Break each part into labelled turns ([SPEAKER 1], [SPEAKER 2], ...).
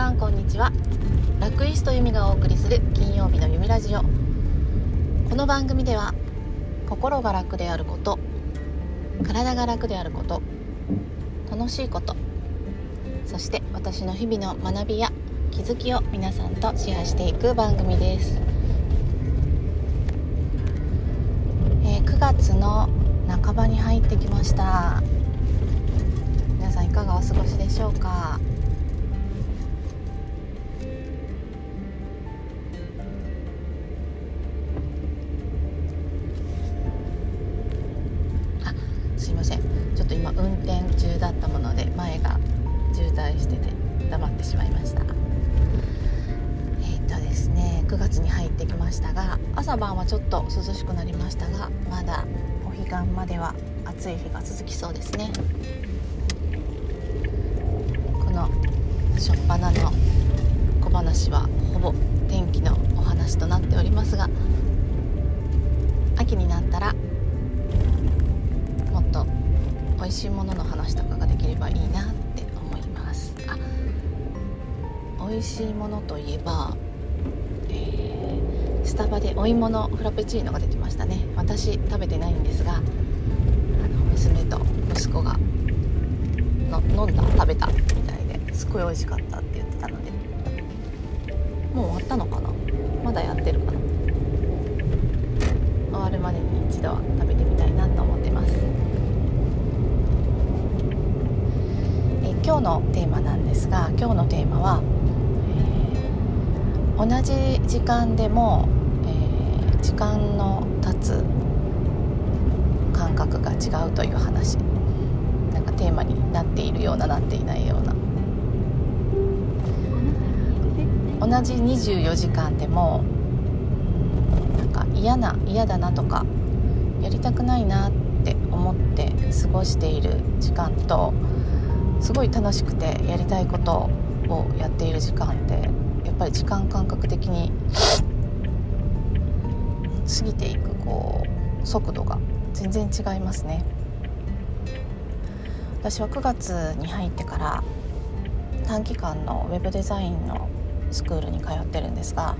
[SPEAKER 1] さんこんにちは。ラクイストユミがお送りする金曜日のユミラジオ。この番組では心が楽であること、体が楽であること、楽しいこと、そして私の日々の学びや気づきを皆さんとシェアしていく番組です。9月の半ばに入ってきました。皆さんいかがお過ごしでしょうか。すいません、ちょっと今運転中だったもので前が渋滞してて黙ってしまいました。ですね、9月に入ってきましたが、朝晩はちょっと涼しくなりましたが、まだお彼岸までは暑い日が続きそうですね。この初っ端の小話はほぼ天気のお話となっておりますが、秋になったらもっと美味しいものの話とかができればいいなって思います。美味しいものといえば、スタバでお芋のフラペチーノが出てましたね。私食べてないんですが、娘と息子が食べたみたいですごい美味しかったって言ってたので、もう終わったのかな、まだやってるかな。終わるまでに一度は食べてみたいなと思ってます。今日のテーマなんですが、今日のテーマは、同じ時間でも、時間の経つ感覚が違うという話、なんかテーマになっているようななっていないような。同じ24時間でもなんか嫌だなとかやりたくないなって思って過ごしている時間と、すごい楽しくてやりたいことをやっている時間ってやっぱり時間感覚的に過ぎていく速度が全然違いますね。私は9月に入ってから短期間のウェブデザインのスクールに通ってるんですが、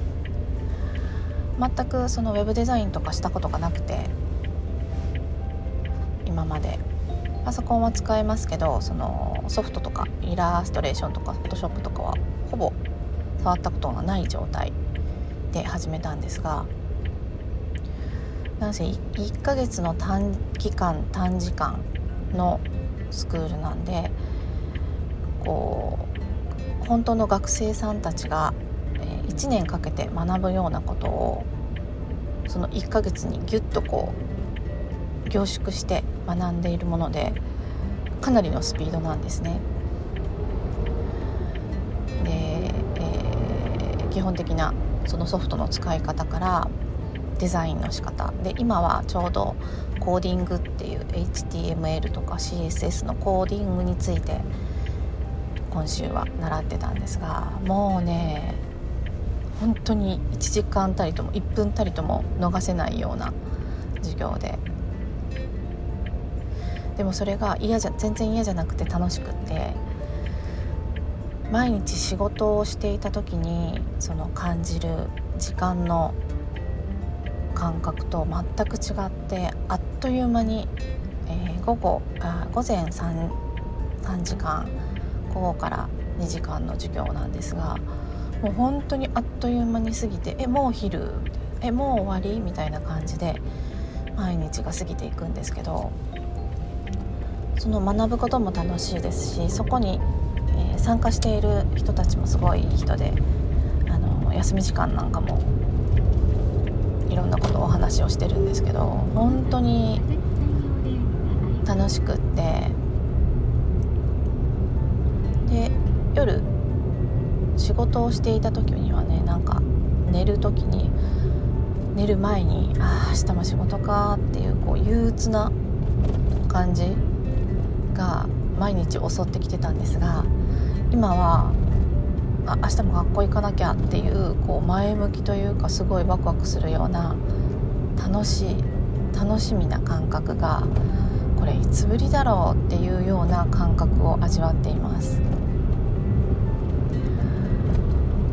[SPEAKER 1] 全くそのウェブデザインとかしたことがなくて、今までパソコンは使えますけど、そのソフトとかイラストレーションとかフォトショップとかはほぼ触ったことがない状態で始めたんですが、なんせ1ヶ月の短期間短時間のスクールなんで、本当の学生さんたちが1年かけて学ぶようなことをその1ヶ月にギュッと凝縮して学んでいるもので、かなりのスピードなんですね。で、基本的なそのソフトの使い方からデザインの仕方で、今はちょうどコーディングっていう HTML とか CSS のコーディングについて今週は習ってたんですが、もうね本当に1時間たりとも1分たりとも逃せないような授業で、でもそれが全然嫌じゃなくて楽しくって、毎日仕事をしていた時にその感じる時間の感覚と全く違って、あっという間に、午前3時間、午後から2時間の授業なんですが、もう本当にあっという間に過ぎて、もう昼、もう終わりみたいな感じで毎日が過ぎていくんですけど、その学ぶことも楽しいですし、そこに、参加している人たちもすごいいい人で、休み時間なんかもいろんなことをお話をしてるんですけど、本当に楽しくって、で夜仕事をしていた時にはね、なんか寝る前に明日も仕事かっていう憂鬱な感じが毎日襲ってきてたんですが、今は明日も学校行かなきゃっていう、前向きというか、すごいワクワクするような楽しみな感覚が、これいつぶりだろうっていうような感覚を味わっています。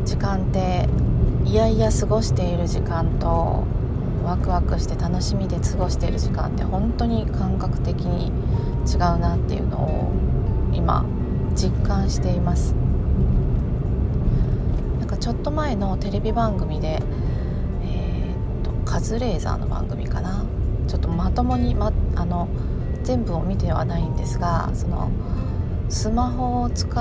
[SPEAKER 1] 時間っていやいや過ごしている時間とワクワクして楽しみで過ごしている時間って本当に感覚的に違うなっていうのを今実感しています。なんかちょっと前のテレビ番組で、カズレーザーの番組かな、ちょっとまともに、全部を見てはないんですが、そのスマホ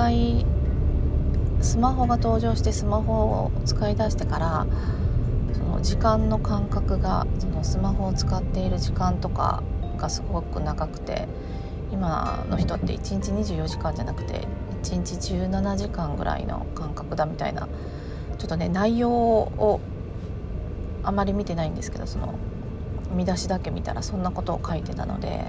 [SPEAKER 1] が登場してスマホを使い出してからその時間の感覚がそのスマホを使っている時間とかがすごく長くて、今の人って1日24時間じゃなくて1日17時間ぐらいの感覚だみたいな、ちょっとね内容をあまり見てないんですけど、その見出しだけ見たらそんなことを書いてたので、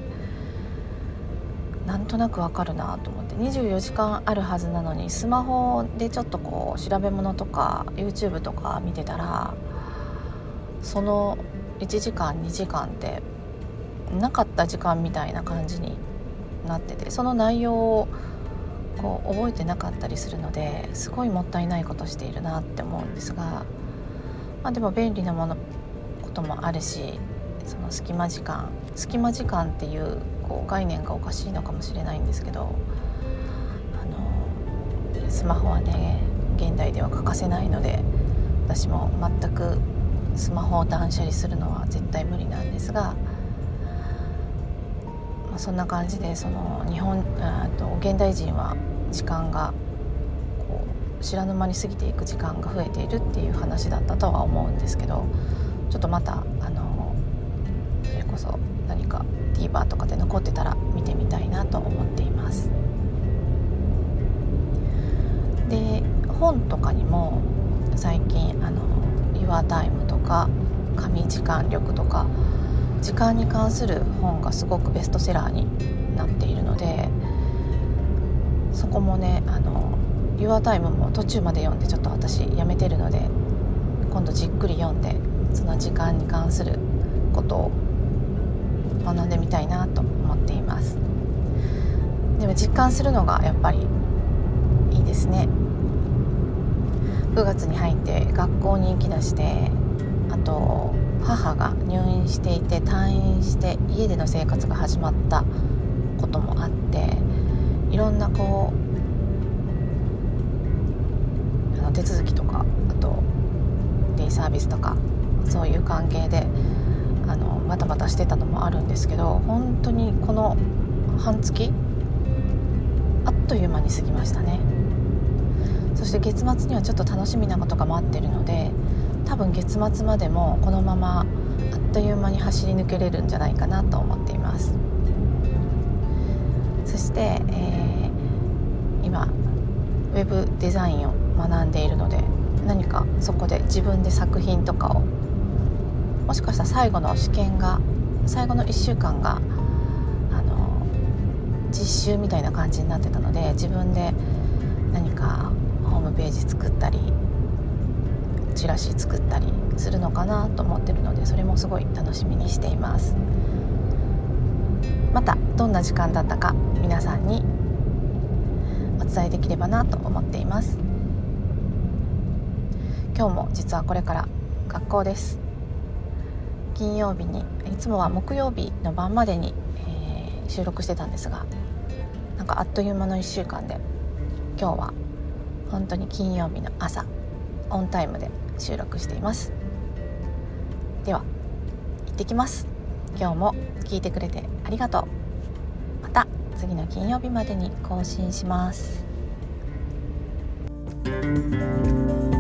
[SPEAKER 1] なんとなくわかるなと思って、24時間あるはずなのにスマホでちょっとこう調べ物とか YouTube とか見てたら、その1時間2時間ってなかった時間みたいな感じになってて、その内容をこう覚えてなかったりするので、すごいもったいないことしているなって思うんですが、でも便利なこともあるし、その隙間時間っていう概念がおかしいのかもしれないんですけど、スマホはね現代では欠かせないので、私も全くスマホを断捨離するのは絶対無理なんですが、そんな感じでその現代人は時間が知らぬ間に過ぎていく時間が増えているっていう話だったとは思うんですけど、ちょっとまたそれこそ何か TVer とかで残ってたら見てみたいなと思っています。で、本とかにも最近YourTimeとか神時間力とか時間に関する本がすごくベストセラーになっているので、そこもねYourTimeも途中まで読んでちょっと私やめてるので、今度じっくり読んでその時間に関することを学んでみたいなと思っています。でも実感するのがやっぱりいいですね。9月に入って学校に行きだして、あと母が入院していて退院して家での生活が始まったこともあって、いろんな手続きとか、あとデイサービスとかそういう関係でバタバタしてたのもあるんですけど、本当にこの半月あっという間に過ぎましたね。そして月末にはちょっと楽しみなことが待ってるので、多分月末までもこのままあっという間に走り抜けれるんじゃないかなと思っています。そして、今ウェブデザインを学んでいるので、何かそこで自分で作品とかを、もしかしたら最後の1週間が実習みたいな感じになってたので、自分で何かホームページ作ったりチラシ作ったりするのかなと思ってるので、それもすごい楽しみにしています。またどんな時間だったか皆さんにお伝えできればなと思っています。今日も実はこれから学校です。金曜日に、いつもは木曜日の晩までに、収録してたんですが、なんかあっという間の1週間で、今日は本当に金曜日の朝オンタイムで収録しています。では行ってきます。今日も聞いてくれてありがとう。また次の金曜日までに更新します。